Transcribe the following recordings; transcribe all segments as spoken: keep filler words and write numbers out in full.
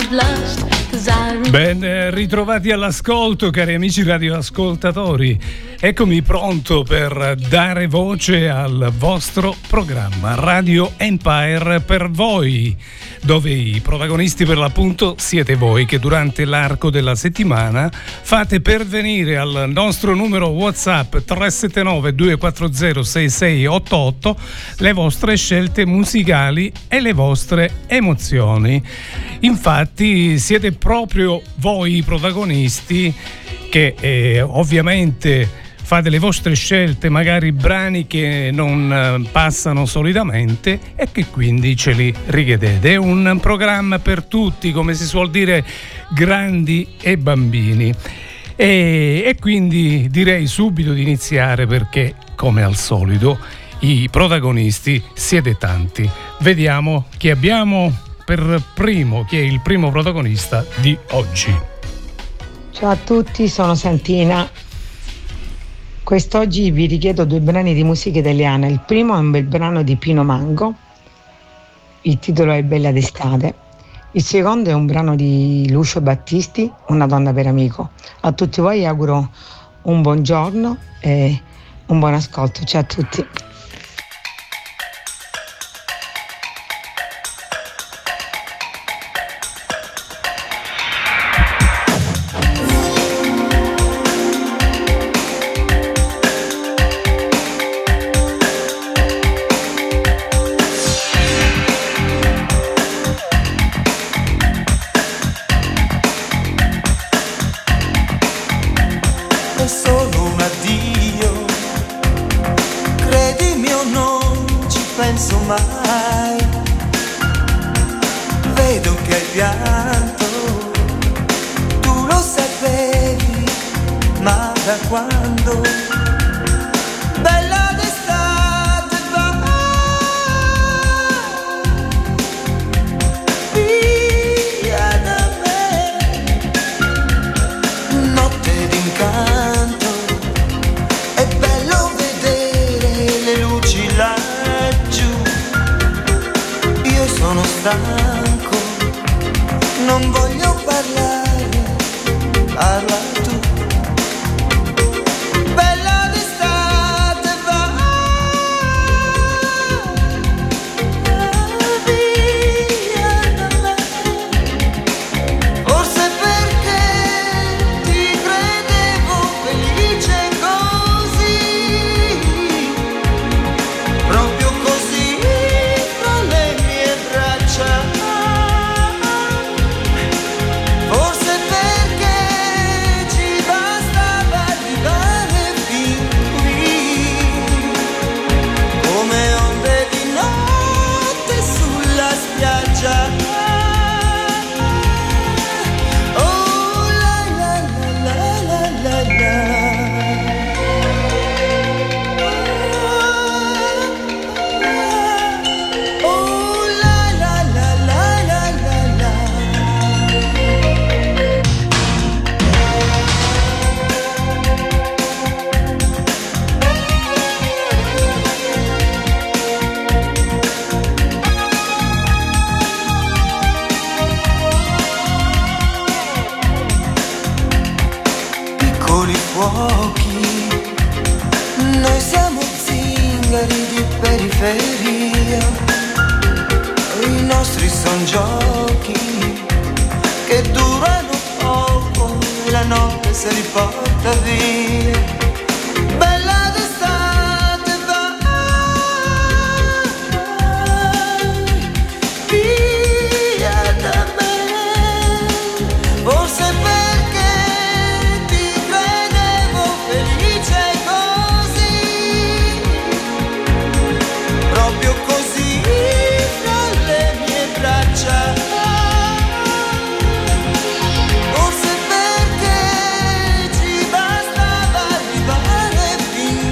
Ben ritrovati all'ascolto, cari amici radioascoltatori. Eccomi pronto per dare voce al vostro programma Radio Empire per voi, dove i protagonisti per l'appunto siete voi che durante l'arco della settimana fate pervenire al nostro numero WhatsApp tre sette nove due quattro zero sei sei otto otto le vostre scelte musicali e le vostre emozioni. Infatti siete proprio voi i protagonisti che eh, ovviamente fate le vostre scelte, magari brani che non eh, passano solitamente e che quindi ce li richiedete. È un programma per tutti, come si suol dire, grandi e bambini. E, e quindi direi subito di iniziare perché, come al solito, i protagonisti siete tanti. Vediamo chi abbiamo per primo, chi è il primo protagonista di oggi. Ciao a tutti, sono Santina. Quest'oggi vi richiedo due brani di musica italiana. Il primo è un bel brano di Pino Mango, il titolo è Bella d'estate. Il secondo è un brano di Lucio Battisti, Una donna per amico. A tutti voi auguro un buon giorno e un buon ascolto. Ciao a tutti. Forse perché ci bastava arrivare fin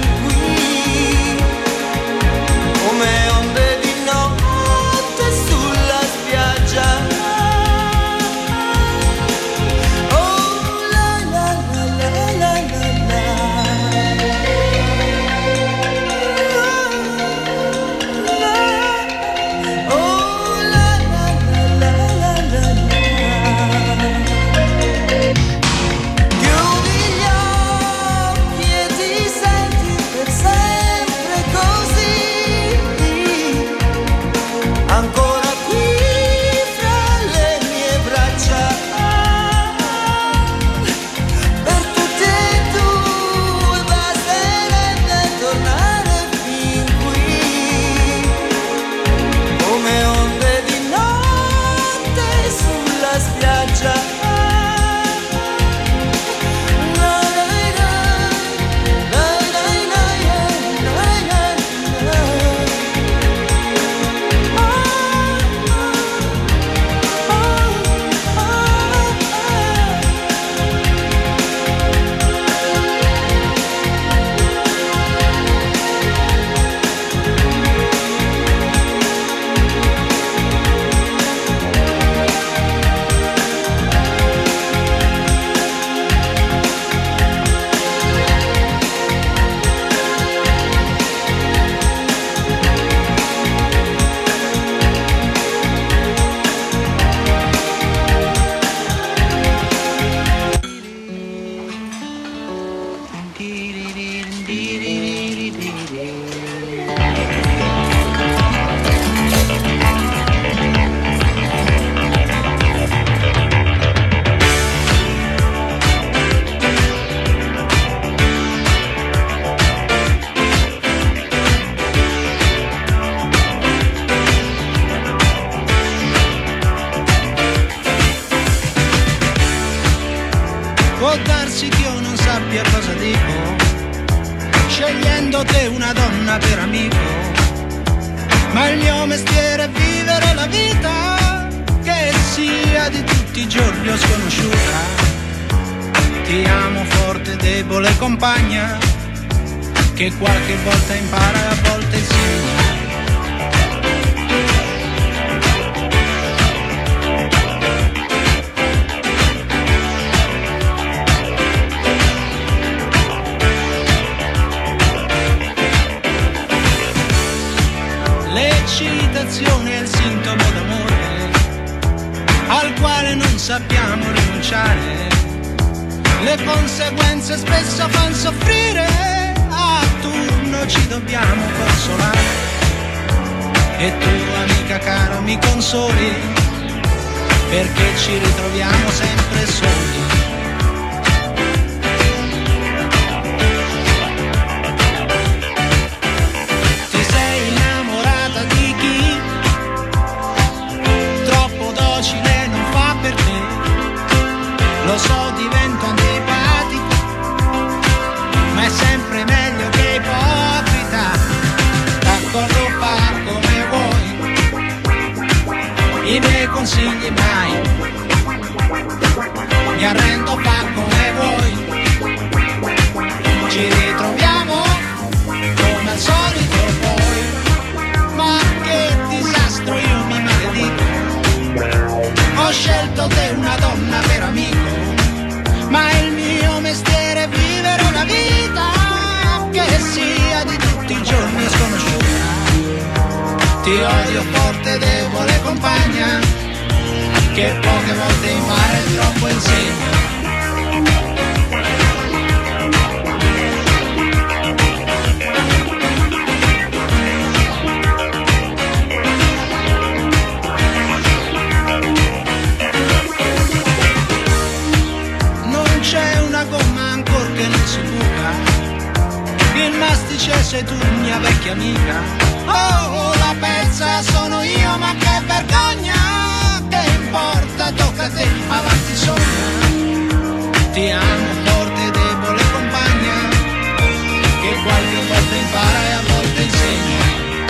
scelto te una donna per amico, ma il mio mestiere è vivere la vita, che sia di tutti i giorni o sconosciuta. Ti amo forte, debole compagna, che qualche volta impara e a volte insegna. L'eccitazione è il sintomo d'amore al quale non sappiamo rinunciare. Le conseguenze spesso fanno soffrire, a turno ci dobbiamo consolare. E tu, amica cara, mi consoli, perché ci ritroviamo sempre soli. Ti sei innamorata di chi troppo docile non fa per te. Lo so, divento antipatico, ma è sempre meglio che ipocrita. D'accordo, fa come vuoi, i miei consigli mai. Mi arrendo, fa come vuoi. Ci ritroviamo come al solito poi. Ma che disastro, io mi maledico. Ho scelto te una donna per amico, ma il mio mestiere è vivere una vita, che sia di tutti i giorni sconosciuta. Ti odio forte, debole compagna, che poche volte impara e troppo insegna. Il mastice sei tu, mia vecchia amica. Oh, la pezza sono io, ma che vergogna. Che importa, tocca a te, avanti sogna. Ti amo forte, debole compagna, che qualche volta impara e a volte insegna.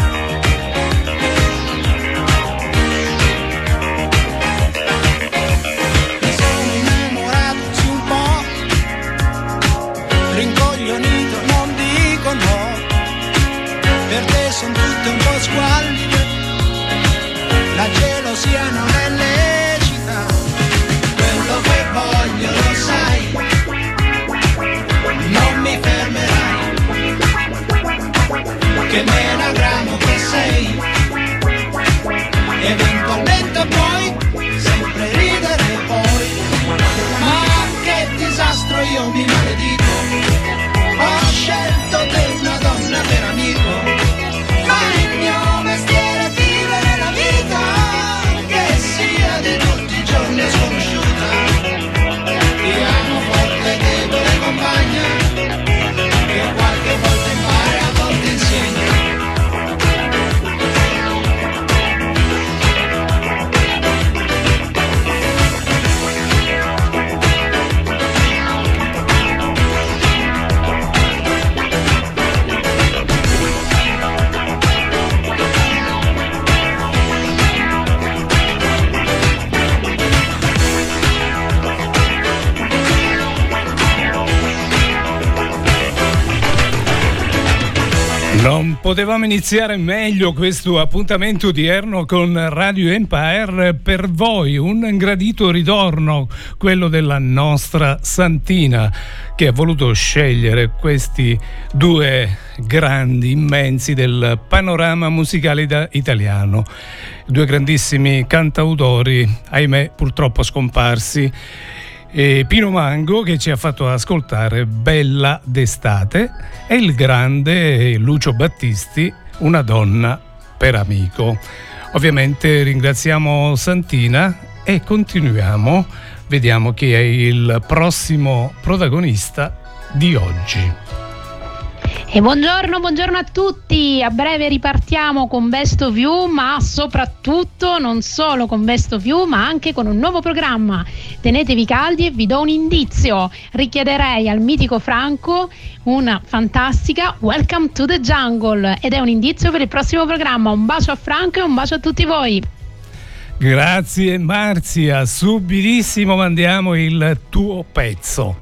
Mi sono innamorato sì un po', rincoglionito, non dico no. Per te son tutte un po' squallide, la gelosia non è lecita. Quello che voglio lo sai, non mi fermerai. Che menagramo che sei, eventualmente puoi sempre ridere poi. Ma che disastro, io mi maledico. Ho scelto te una donna per amico, ma il mio mestiere è vivere la vita, che sia di tutti i giorni sconosciuta. Ti amo forte, debole compagna, che qualche volta impara e a volte insegna. Non potevamo iniziare meglio questo appuntamento odierno con Radio Empire. Per voi un gradito ritorno, quello della nostra Santina, che ha voluto scegliere questi due grandi, immensi del panorama musicale da- italiano. Due grandissimi cantautori, ahimè purtroppo scomparsi. E Pino Mango, che ci ha fatto ascoltare Bella d'estate, e il grande Lucio Battisti, Una donna per amico. Ovviamente ringraziamo Santina e continuiamo, vediamo chi è il prossimo protagonista di oggi. E buongiorno, buongiorno a tutti. A breve ripartiamo con Best of You, ma soprattutto non solo con Best of You, ma anche con un nuovo programma. Tenetevi caldi e vi do un indizio. Richiederei al mitico Franco una fantastica Welcome to the Jungle, ed è un indizio per il prossimo programma. Un bacio a Franco e un bacio a tutti voi. Grazie Marzia, subitissimo mandiamo il tuo pezzo.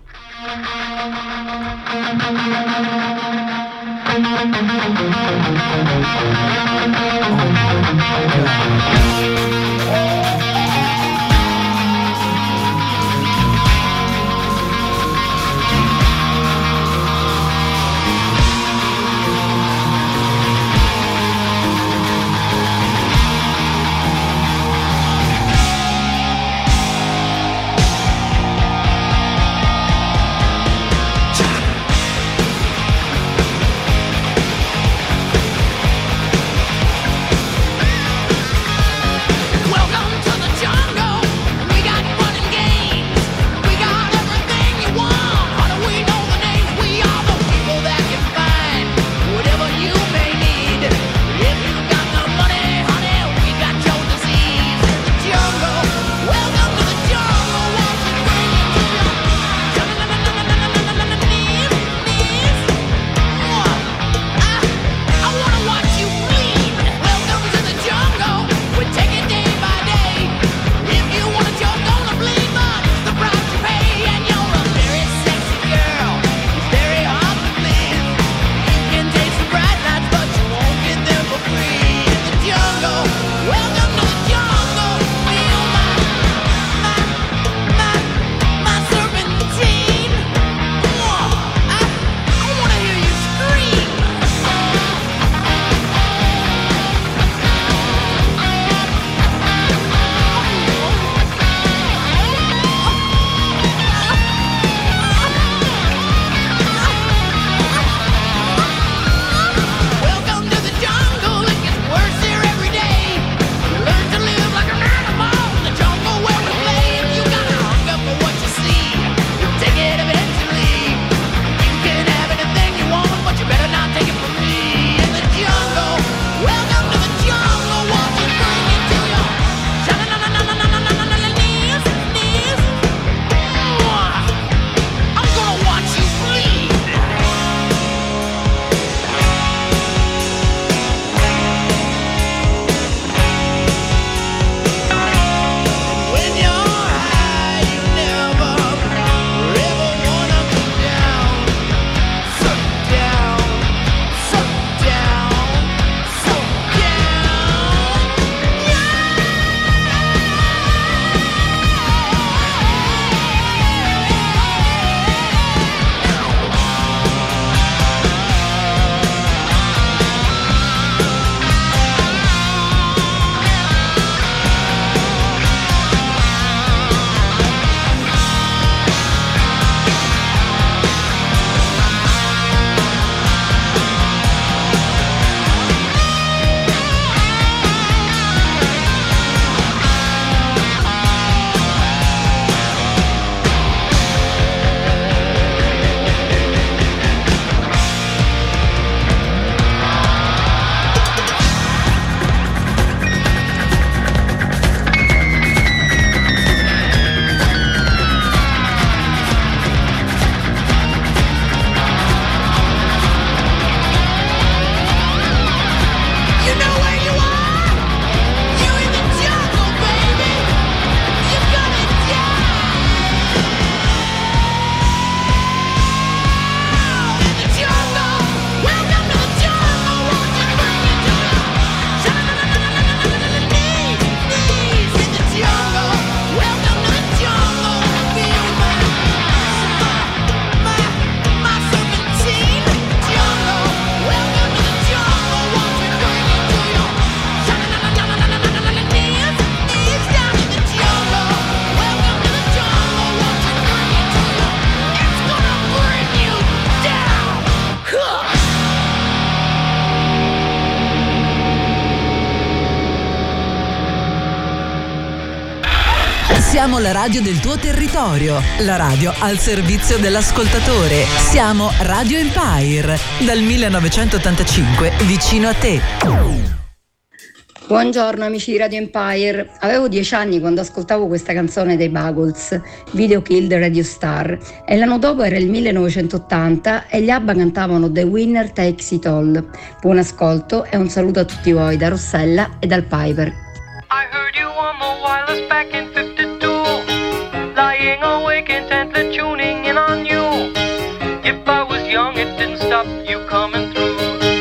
Siamo la radio del tuo territorio, la radio al servizio dell'ascoltatore. Siamo Radio Empire, dal millenovecentottantacinque vicino a te. Buongiorno amici di Radio Empire. Avevo dieci anni quando ascoltavo questa canzone dei Buggles, Video Killed Radio Star, e l'anno dopo era il millenovecentottanta e gli ABBA cantavano The Winner Takes It All. Buon ascolto e un saluto a tutti voi da Rossella e dal Piper. I heard you on the wireless back in fifty-two, lying awake intently tuning in on you. If I was young it didn't stop you coming through.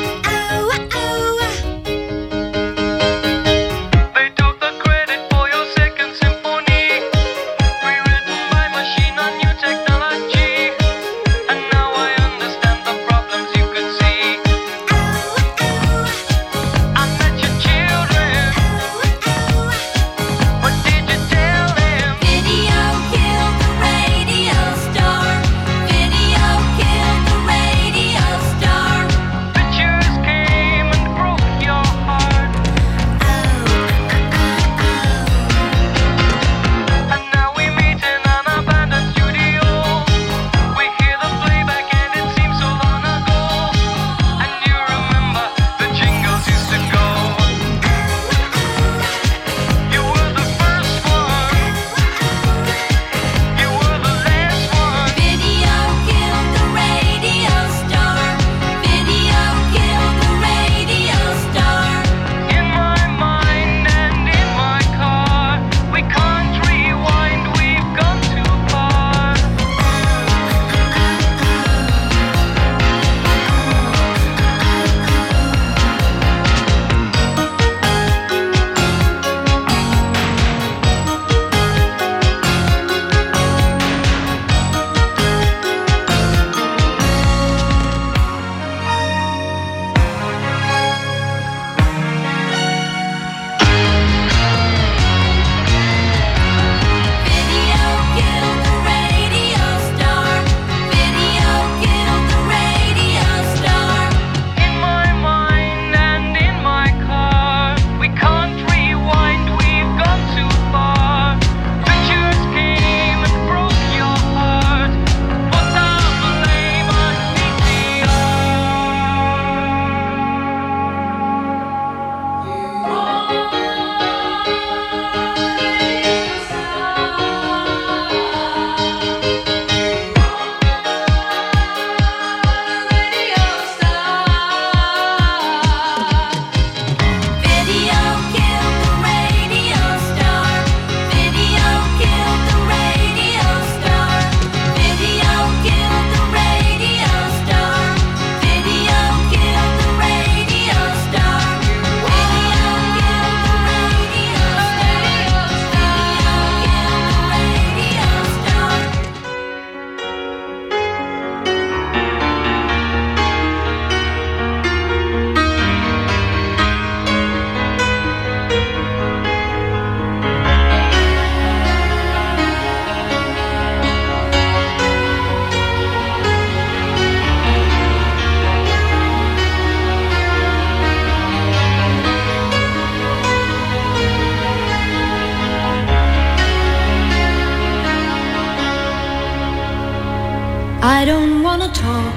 I don't wanna talk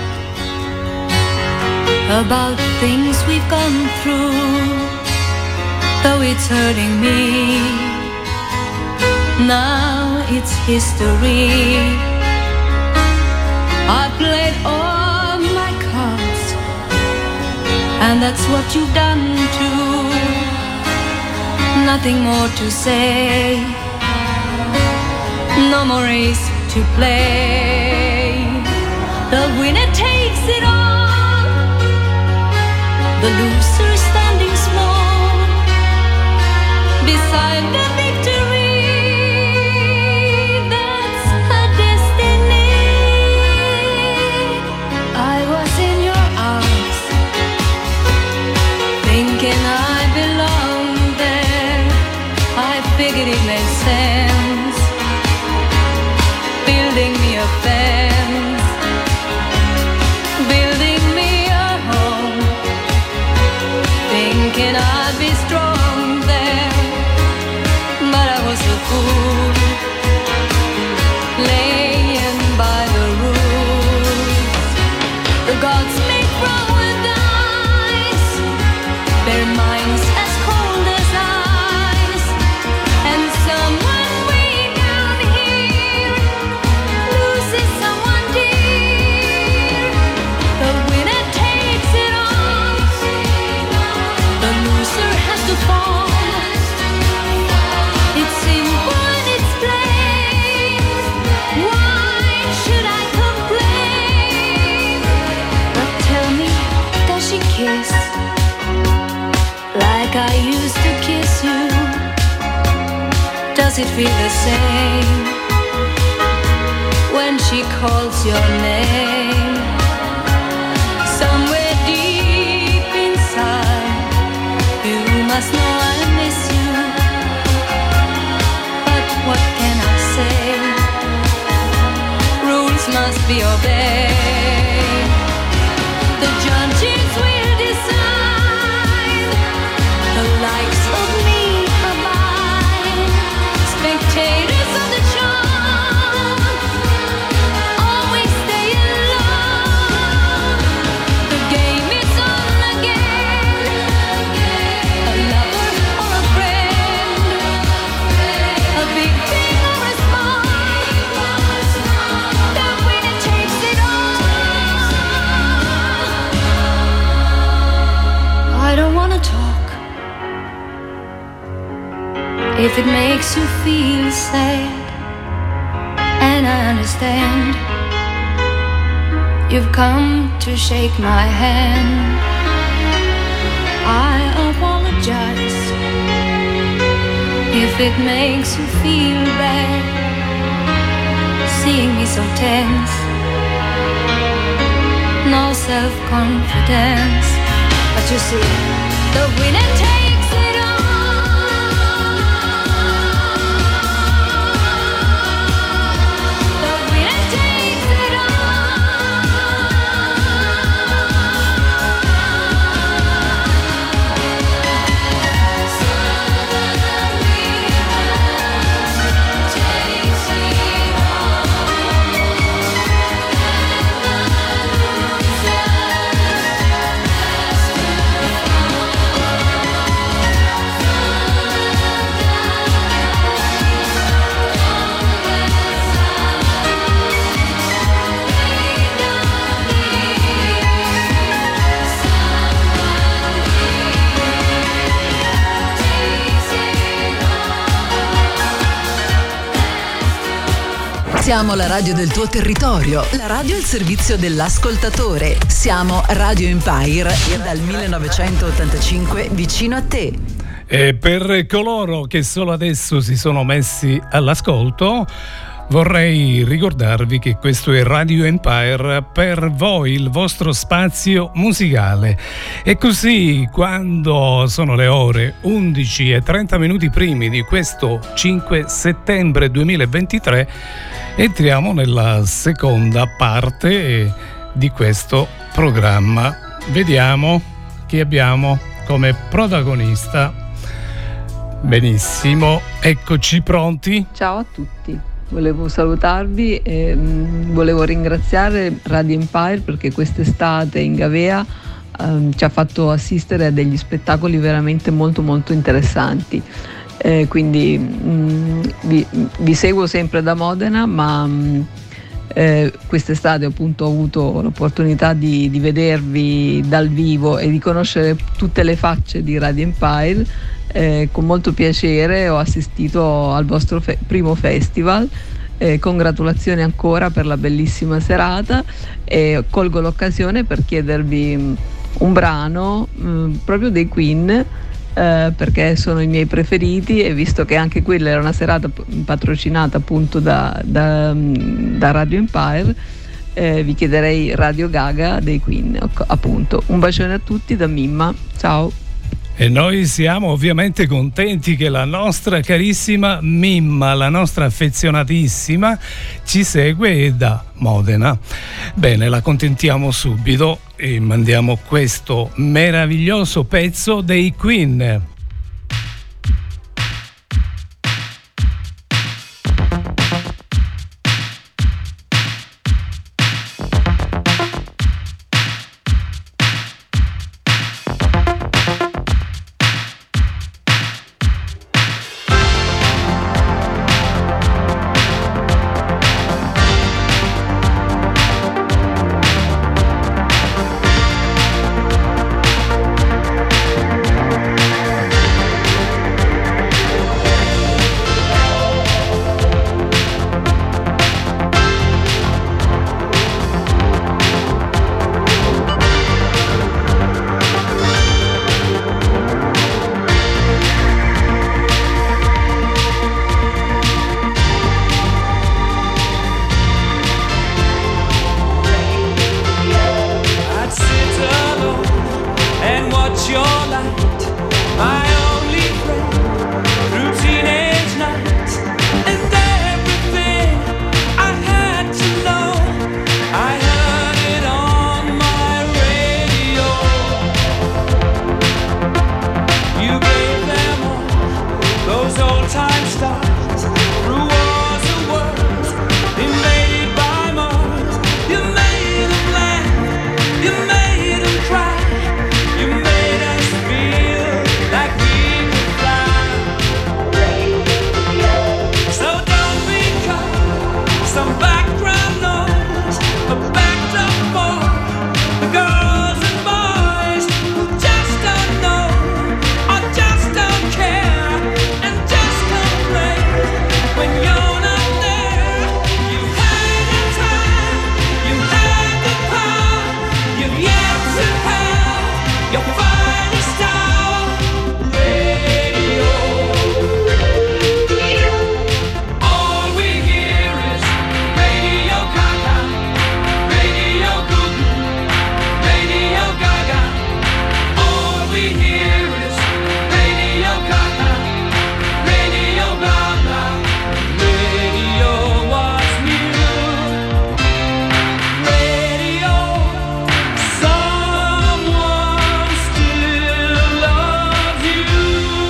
about things we've gone through, though it's hurting me. Now it's history. I played all my cards, and that's what you've done too. Nothing more to say, no more race to play. The winner takes it all, the loser is standing small beside the victory. That's her destiny. I was in your arms, thinking I belonged there. I figured it made sense, building me a fence, building me a home, thinking I'd be strong there, but I was a fool. Does it feel the same when she calls your name? Somewhere deep inside, you must know I miss you. But what can I say? Rules must be obeyed. The judges will decide the likes of me are mine. Spectators of the charm always stay in love. The game is on again. A lover or a friend, a big thing or a small, the winner takes it all. I don't wanna talk if it makes you feel sad, and I understand. You've come to shake my hand. I apologize if it makes you feel bad, seeing me so tense, no self-confidence. But you see, the winner takes it all. The winner takes it Siamo la radio del tuo territorio, la radio al servizio dell'ascoltatore. Siamo Radio Empire dal millenovecentottantacinque vicino a te. E per coloro che solo adesso si sono messi all'ascolto, vorrei ricordarvi che questo è Radio Empire, per voi il vostro spazio musicale. E così, quando sono le ore undici e trenta minuti primi di questo cinque settembre duemilaventitré, entriamo nella seconda parte di questo programma. Vediamo chi abbiamo come protagonista. Benissimo, eccoci pronti. Ciao a tutti. Volevo salutarvi e mh, volevo ringraziare Radio Empire perché quest'estate in Gavea ehm, ci ha fatto assistere a degli spettacoli veramente molto molto interessanti. Eh, quindi mh, vi, vi seguo sempre da Modena, ma mh, eh, quest'estate appunto ho avuto l'opportunità di, di vedervi dal vivo e di conoscere tutte le facce di Radio Empire. Eh, con molto piacere ho assistito al vostro fe- primo festival. Eh, congratulazioni ancora per la bellissima serata e colgo l'occasione per chiedervi un brano mh, proprio dei Queen, eh, perché sono i miei preferiti, e visto che anche quella era una serata patrocinata appunto da, da, da Radio Empire, eh, vi chiederei Radio Gaga dei Queen, appunto. Un bacione a tutti da Mimma, ciao. E noi siamo ovviamente contenti che la nostra carissima Mimma, la nostra affezionatissima, ci segue da Modena. Bene, la contentiamo subito e mandiamo questo meraviglioso pezzo dei Queen. Thank time stars, through wars and worlds, invaded by Mars. You made them laugh, you made them cry, you made us feel like we could fly. So don't become some background noise, but backed up for the girls and boys who just don't know or just don't care and just complain when you're not there. You had the time, you had the power, you've yet to have your finest hour. Radio, all we hear is Radio Gaga, Radio Goo Goo, Radio Gaga. All we hear is Radio Gaga, Radio Gaga. Radio was new. Radio, someone still loves you.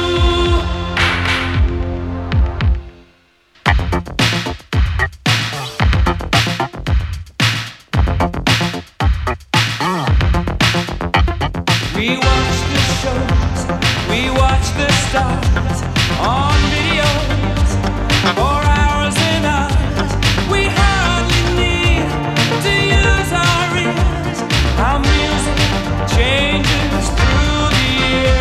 We watch the shows, we watch the stars on videos for hours and hours. We hardly need to use our ears. Our music changes through the year.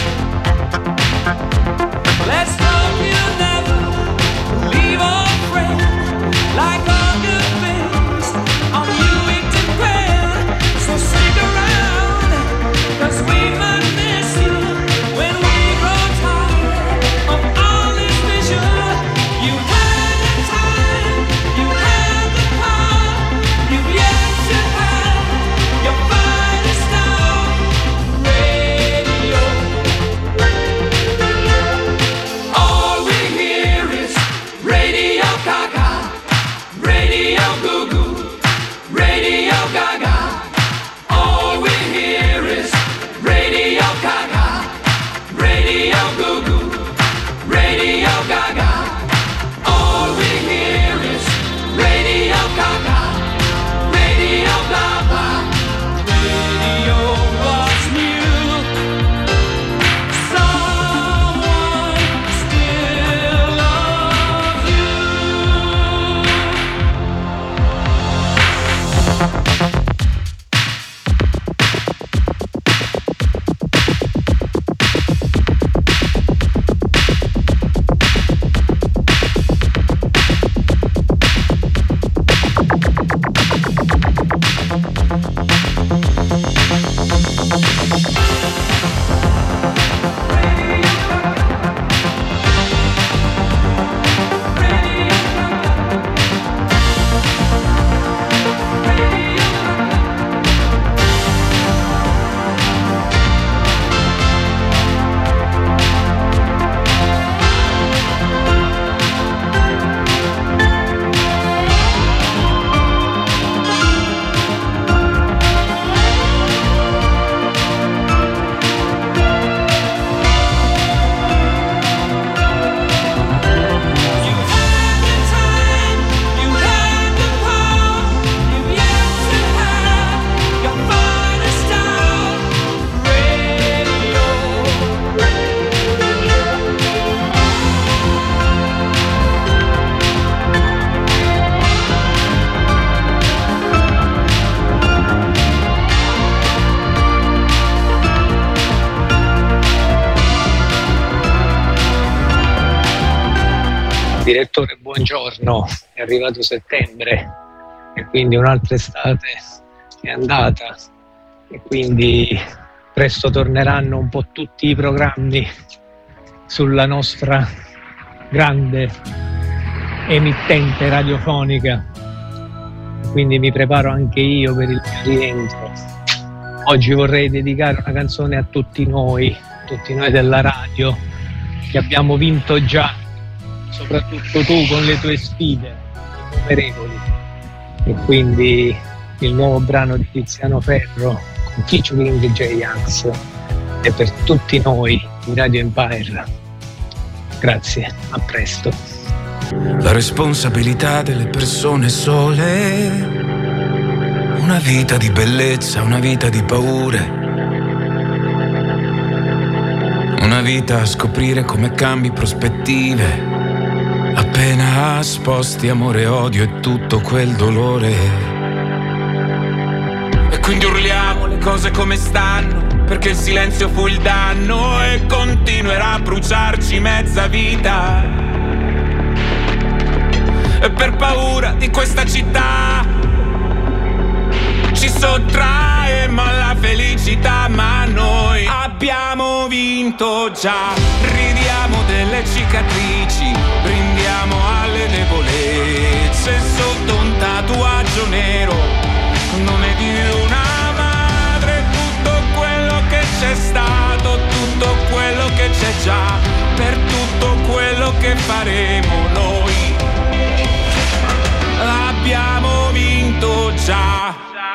Let's hope you never leave our friend. Like all good things, on you we depend. So stick around, 'cause we might miss you when we grow tired of all this vision. You had the time, you had the power, you've yet to have your finest hour. Radio, all we hear is Radio Gaga, Radio Goo Goo, Radio Gaga. All we hear is Radio Gaga, Radio Goo Goo, Radio Gaga. All we hear is Radio Gaga, Radio Gaga. Radio was new. Someone still loves you. You had the time, you had the power, you've yet to have your finest hour. Radio, Direttore, buongiorno, è arrivato settembre e quindi un'altra estate è andata e quindi presto torneranno un po' tutti i programmi sulla nostra grande emittente radiofonica, quindi mi preparo anche io per il mio rientro. Oggi vorrei dedicare una canzone a tutti noi, tutti noi della radio che abbiamo vinto già, soprattutto tu con le tue sfide innumerevoli, e quindi il nuovo brano di Tiziano Ferro con featuring J-Ax è per tutti noi di Radio Empire. Grazie, a presto. La responsabilità delle persone sole, una vita di bellezza, una vita di paure, una vita a scoprire come cambi prospettive, appena sposti amore, odio e tutto quel dolore. E quindi urliamo le cose come stanno, perché il silenzio fu il danno e continuerà a bruciarci mezza vita. E per paura di questa città ci sottraemo alla felicità, ma noi abbiamo vinto già. Ridiamo delle cicatrici, brindiamo alle debolezze sotto un tatuaggio nero, nome di una madre. Tutto quello che c'è stato, tutto quello che c'è già, per tutto quello che faremo noi abbiamo vinto già.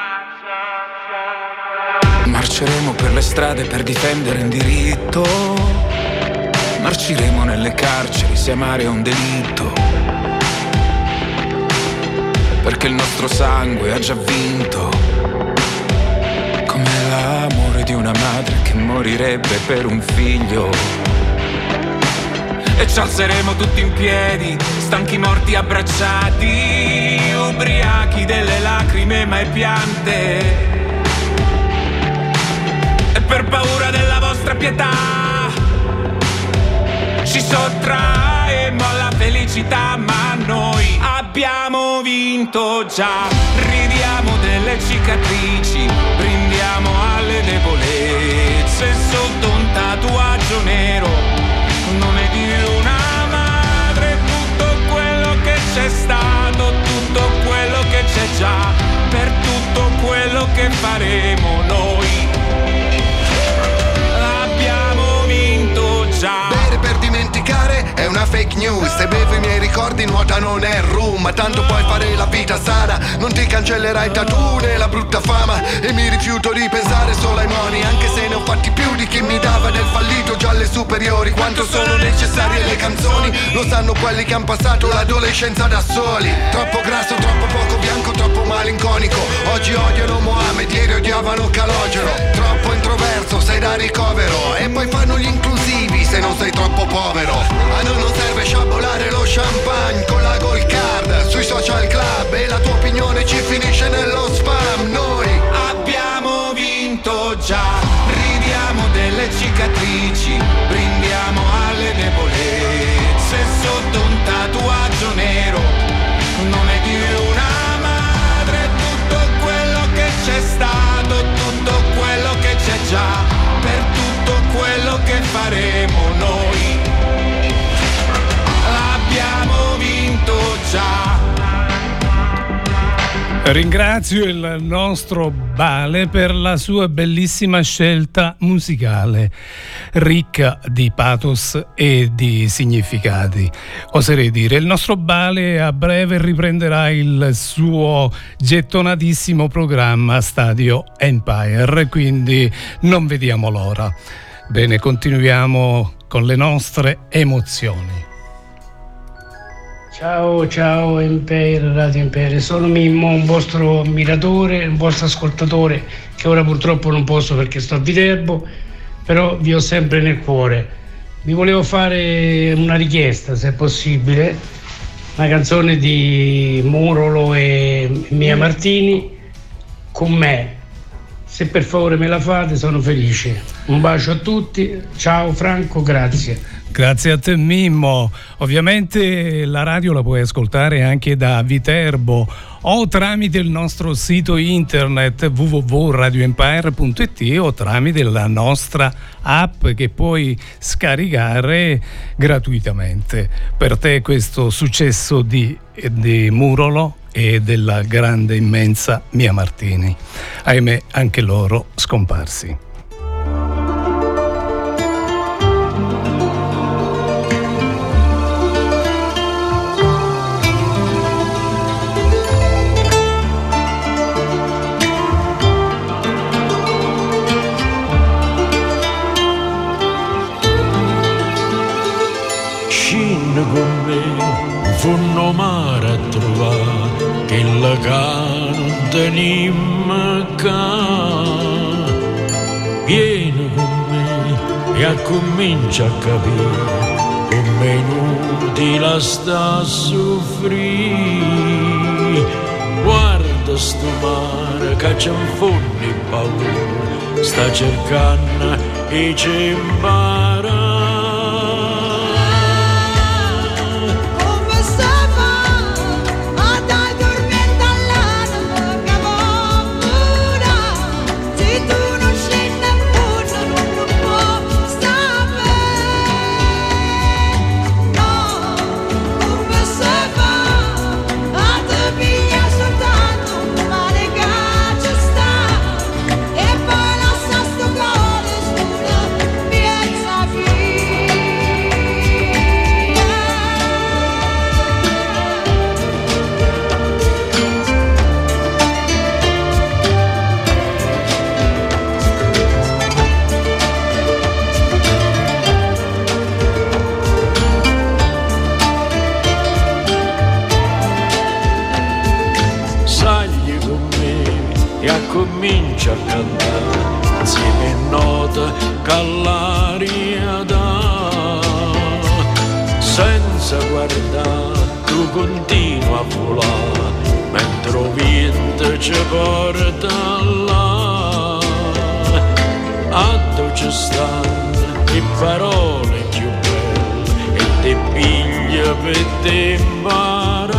Marceremo per le strade per difendere il diritto, marciremo nelle carceri se amare è un delitto, perché il nostro sangue ha già vinto, come l'amore di una madre che morirebbe per un figlio. E ci alzeremo tutti in piedi, stanchi morti abbracciati, ubriachi delle lacrime mai piante. E per paura della vostra pietà ci sottraemo alla felicità, ma noi abbiamo vinto già. Ridiamo delle cicatrici, brindiamo alle debolezze sotto un tatuaggio nero, nome di una madre. Tutto quello che c'è stato, tutto quello che c'è già, per tutto quello che faremo noi abbiamo vinto già. Bere per dimenticare è una fake news, se bevo i miei ricordi nuota non è rum, ma tanto puoi fare la vita sana, non ti cancellerai il tattoo né la brutta fama. E mi rifiuto di pensare solo ai moni, anche se ne ho fatti più di chi mi dava del fallito già alle superiori. Quanto sono necessarie le canzoni, lo sanno quelli che han passato l'adolescenza da soli. Troppo grasso, troppo poco bianco, troppo malinconico. Oggi odiano Mohamed, ieri odiavano Calogero. Troppo introverso, sei da ricovero, e poi fanno gli inclusivi se non sei troppo povero. A noi non serve sciabolare lo champagne con la gold card sui social club, e la tua opinione ci finisce nello spam. Noi abbiamo vinto già. Ridiamo delle cicatrici, brindiamo alle debolezze sotto un tatuaggio nero, nome di una madre. Tutto quello che c'è stato, tutto quello che c'è già, per tutto quello che faremo noi abbiamo vinto già. Ringrazio il nostro Bale per la sua bellissima scelta musicale, ricca di pathos e di significati. Oserei dire, il nostro Bale a breve riprenderà il suo gettonatissimo programma Stadio Empire, quindi non vediamo l'ora. Bene, continuiamo con le nostre emozioni. Ciao, ciao Empire, Radio Empire, sono Mimmo, un vostro ammiratore, un vostro ascoltatore, che ora purtroppo non posso perché sto a Viterbo, però vi ho sempre nel cuore. Vi volevo fare una richiesta, se è possibile, una canzone di Murolo e Mia Martini, Con me. Se per favore me la fate sono felice. Un bacio a tutti, ciao Franco, grazie. Grazie a te Mimmo. Ovviamente la radio la puoi ascoltare anche da Viterbo o tramite il nostro sito internet w w w punto radio empire punto i t o tramite la nostra app che puoi scaricare gratuitamente. Per te questo successo di, di Murolo e della grande immensa Mia Martini. Ahimè, anche loro scomparsi. vieni con me, funno mare a trovare, che la che non tenim ca. Vieni con me e comincia a capire come inutile sta a soffrire. Guarda sto mare che c'è un fondo paura, sta cercando e ci impara. Comincia a cantare insieme a nota che l'aria dà, senza guardare tu continua a volare mentre il vento ci porta là. A dove ci stanno le parole più belle e te piglia per te imparare.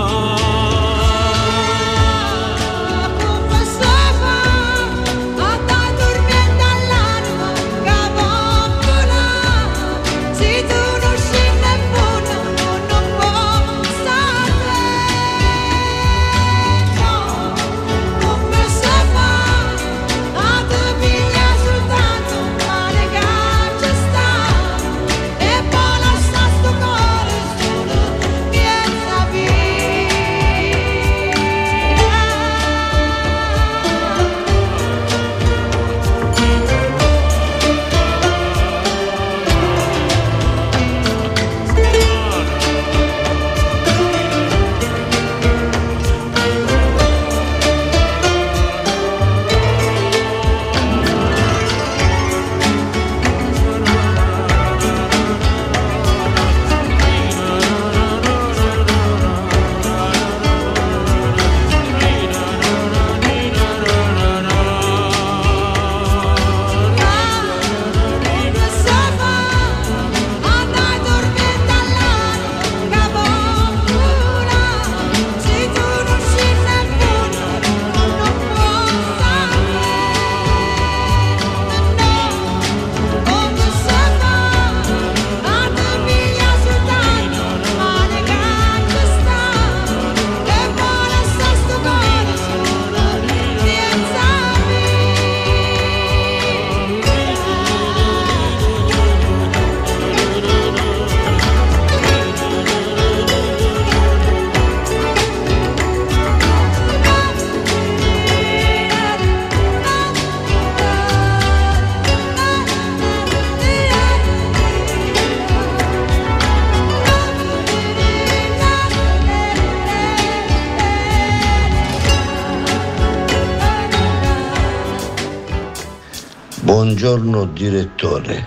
Buongiorno direttore,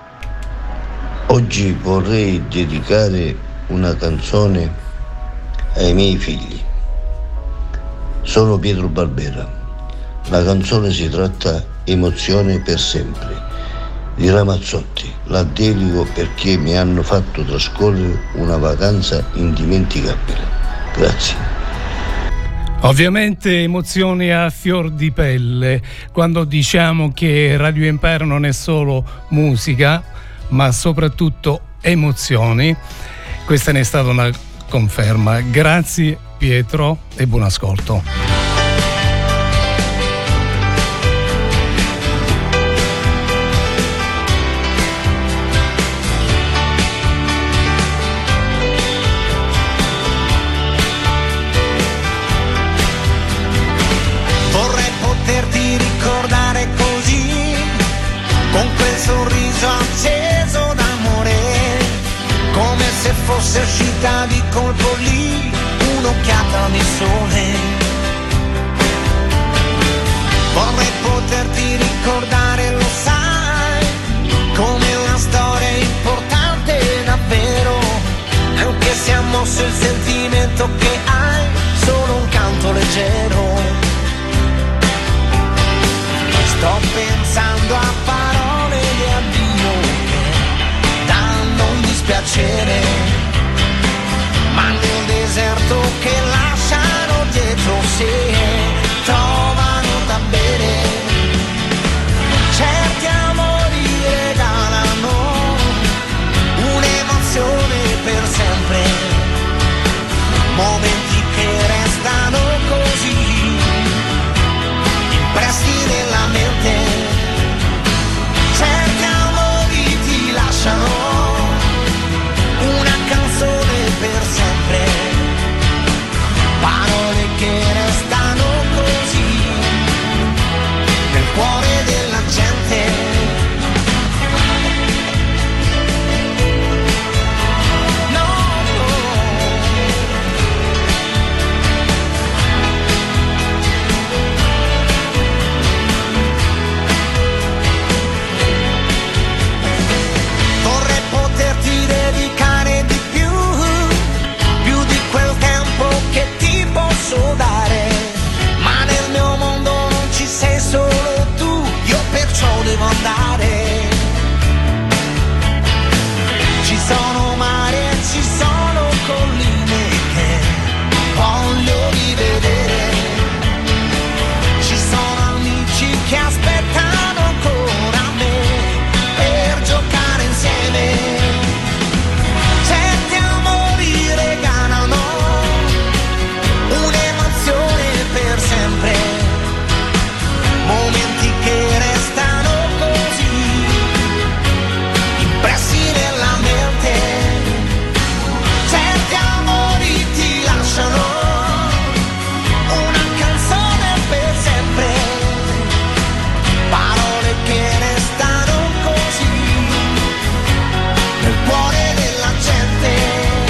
oggi vorrei dedicare una canzone ai miei figli. Sono Pietro Barbera. La canzone si tratta Emozione per sempre di Ramazzotti. La dedico perché mi hanno fatto trascorrere una vacanza indimenticabile. Grazie. Ovviamente emozioni a fior di pelle quando diciamo che Radio Empire non è solo musica, ma soprattutto emozioni. Questa ne è stata una conferma. Grazie Pietro e buon ascolto. Con quel sorriso acceso d'amore, come se fosse forse è uscita di colpo lì un'occhiata di sole. Vorrei poterti ricordare, lo sai, come una storia importante davvero, anche se ha mosso il sentimento che hai, solo un canto leggero. Sto pensando a parole di addio che danno un dispiacere, ma nel deserto che lasciano dietro sé trovano da bere. Certi amori regalano un'emozione per sempre, momenti che restano così impressi nella mente. Certi amori ti lasciano una canzone per sempre, parole che restano così nel cuore della gente. Dare, ma nel mio mondo non ci sei solo tu, io perciò devo andare. Ci sono mari e ci sono colline che voglio rivedere, ci sono amici che aspettano ancora me per giocare insieme. Certi amori regalano per sempre, momenti che restano così impressi nella mente. Certi amori ti lasciano una canzone per sempre, parole che restano così nel cuore della gente.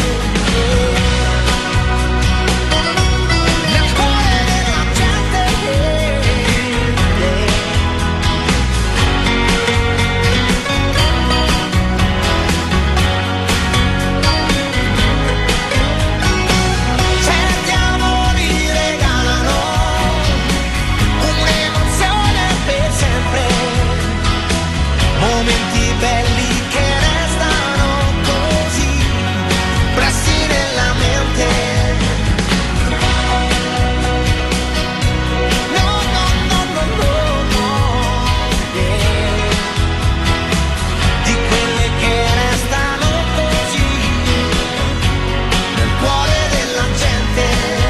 Momenti belli che restano così impressi nella mente. No, no, no, no, no, no, yeah. Di quelle che restano così nel cuore della gente.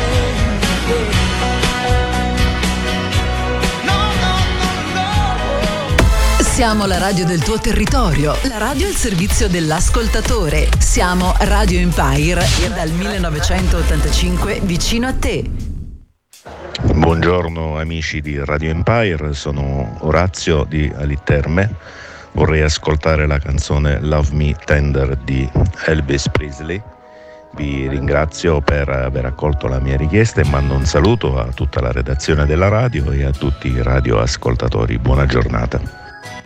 No, no, no, no. Siamo la radio del tuo territorio, la radio al servizio dell'ascoltatore. Siamo Radio Empire dal millenovecentottantacinque vicino a te. Buongiorno amici di Radio Empire, sono Orazio di Aliterme. Vorrei ascoltare la canzone Love Me Tender di Elvis Presley. Vi ringrazio per aver accolto la mia richiesta e mando un saluto a tutta la redazione della radio e a tutti i radioascoltatori. Buona giornata.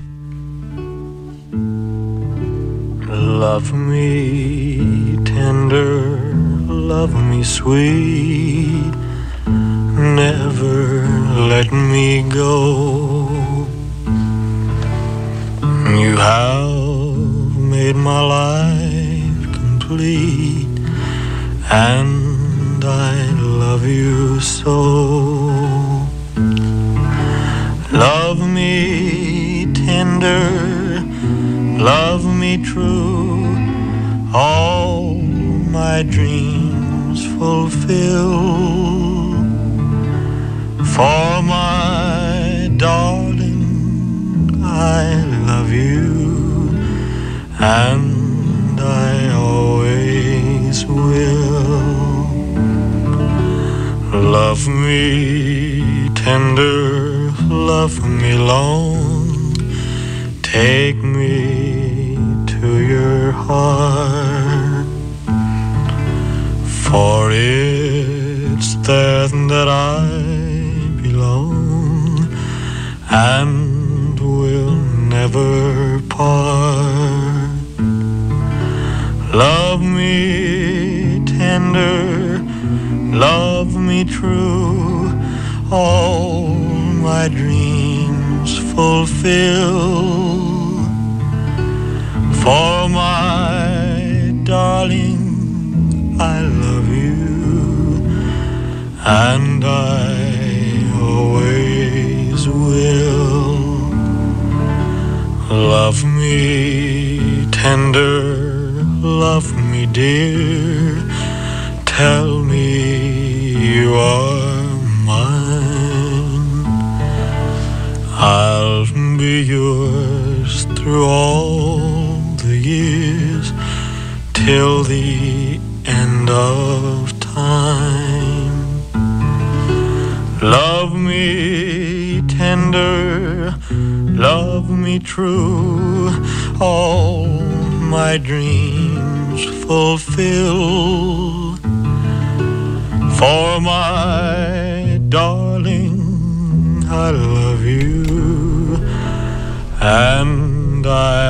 Love me tender, love me sweet, never let me go. You have made my life complete, and I love you so. Love me tender, love me true, all my dreams fulfill. For my darling, I love you, and I always will. Love me tender, love me long, take me to your heart. certain that I belong and will never part. Love me tender, love me true, all my dreams fulfill. For my darling, I love you, and I always will. Love me tender, love me dear, tell me you are mine. I'll be yours through all the years, till the end of time. Love me tender, love me true, all my dreams fulfill. For my darling, I love you, and I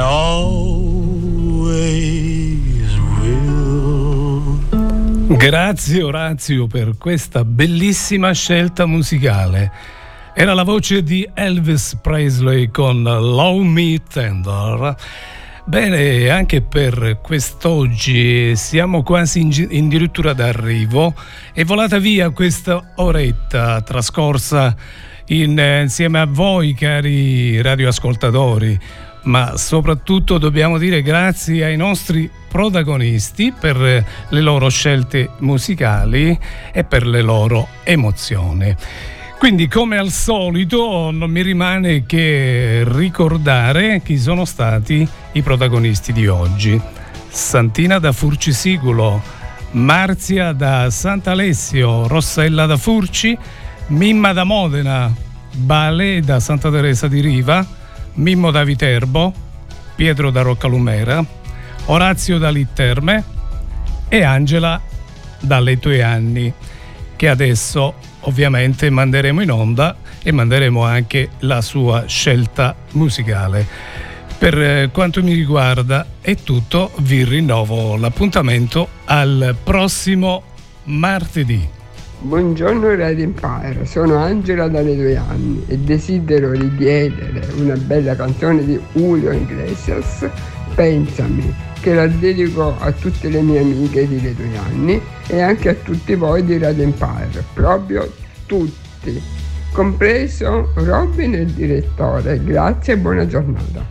always will. Grazie Orazio per questa bellissima scelta musicale. Era la voce di Elvis Presley con Love Me Tender. Bene, anche per quest'oggi siamo quasi in, in dirittura d'arrivo. È volata via questa oretta trascorsa in, insieme a voi, cari radioascoltatori, ma soprattutto dobbiamo dire grazie ai nostri protagonisti per le loro scelte musicali e per le loro emozioni. Quindi, come al solito, non mi rimane che ricordare chi sono stati i protagonisti di oggi. Santina da Furcisigulo, Marzia da Sant'Alessio, Rossella da Furci, Mimma da Modena, Bale da Santa Teresa di Riva, Mimmo da Viterbo, Pietro da Roccalumera, Orazio da Litterme e Angela dalle Tue Anni, che adesso ovviamente manderemo in onda e manderemo anche la sua scelta musicale. Per quanto mi riguarda è tutto, vi rinnovo l'appuntamento al prossimo martedì. Buongiorno Radio Empire, sono Angela dalle Tue Anni e desidero richiedere una bella canzone di Julio Iglesias, Pensami, che la dedico a tutte le mie amiche di Le Tue Anni e anche a tutti voi di Radio Empire, proprio tutti, compreso Robin e il direttore. Grazie e buona giornata.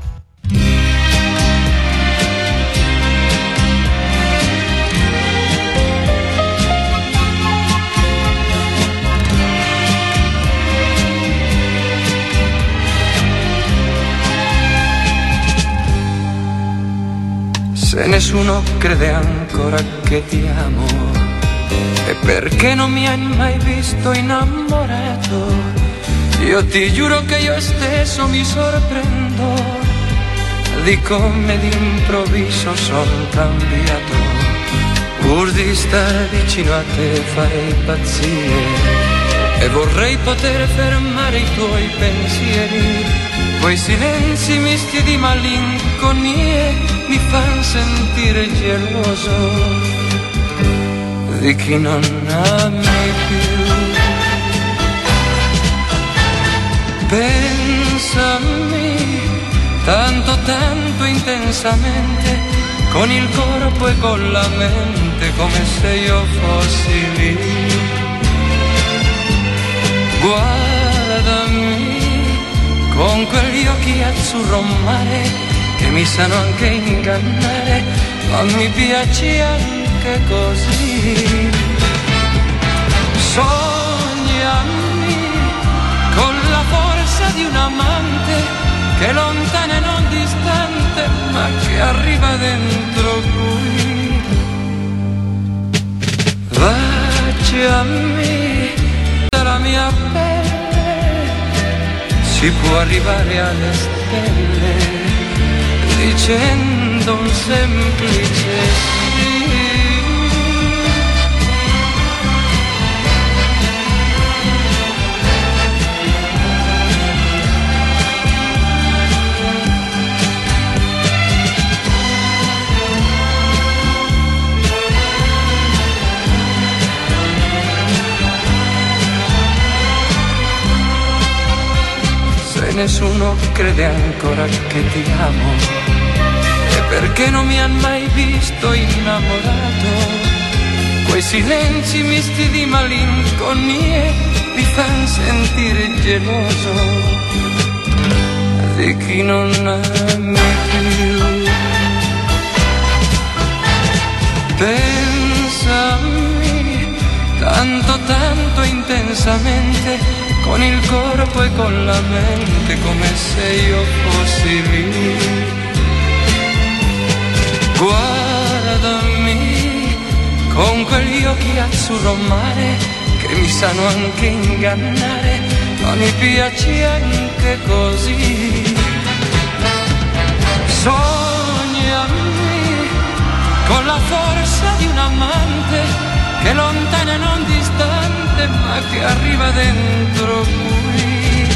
Se nessuno crede ancora che ti amo, è perché non mi hai mai visto innamorato. Io ti giuro che io stesso mi sorprendo di come d'improvviso sono cambiato. Pur di stare vicino a te farei pazzie e vorrei poter fermare i tuoi pensieri. Quei silenzi misti di malinconie mi fanno sentire geloso di chi non ami più. Pensami tanto tanto intensamente, con il corpo e con la mente, come se io fossi lì. Guardami con quegli occhi azzurro mare che mi sanno anche ingannare, ma mi piace anche così. Sognami con la forza di un amante che è lontana e non distante, ma che arriva dentro qui. Baciami dalla mia pelle, si può arrivare alle stelle dicendo un semplice sì. nessuno crede ancora che ti amo, e perché non mi han mai visto innamorato. Quei silenzi misti di malinconie mi fan sentire geloso di chi non ami più. Pensami tanto tanto intensamente, con il corpo e con la mente, come se io fossi lì. Guardami con quegli occhi azzurro mare che mi sanno anche ingannare, ma mi piace anche così. Sognami con la forza di un amante che lontana e non distante, ma che arriva dentro qui.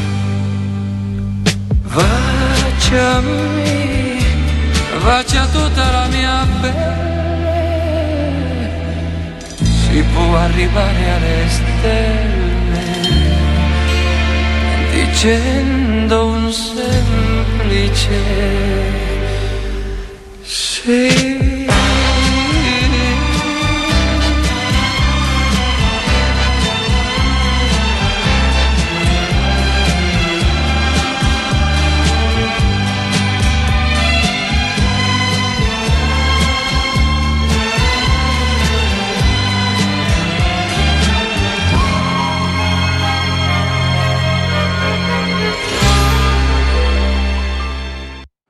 Baciami, bacia tutta la mia pelle, si può arrivare alle stelle dicendo un semplice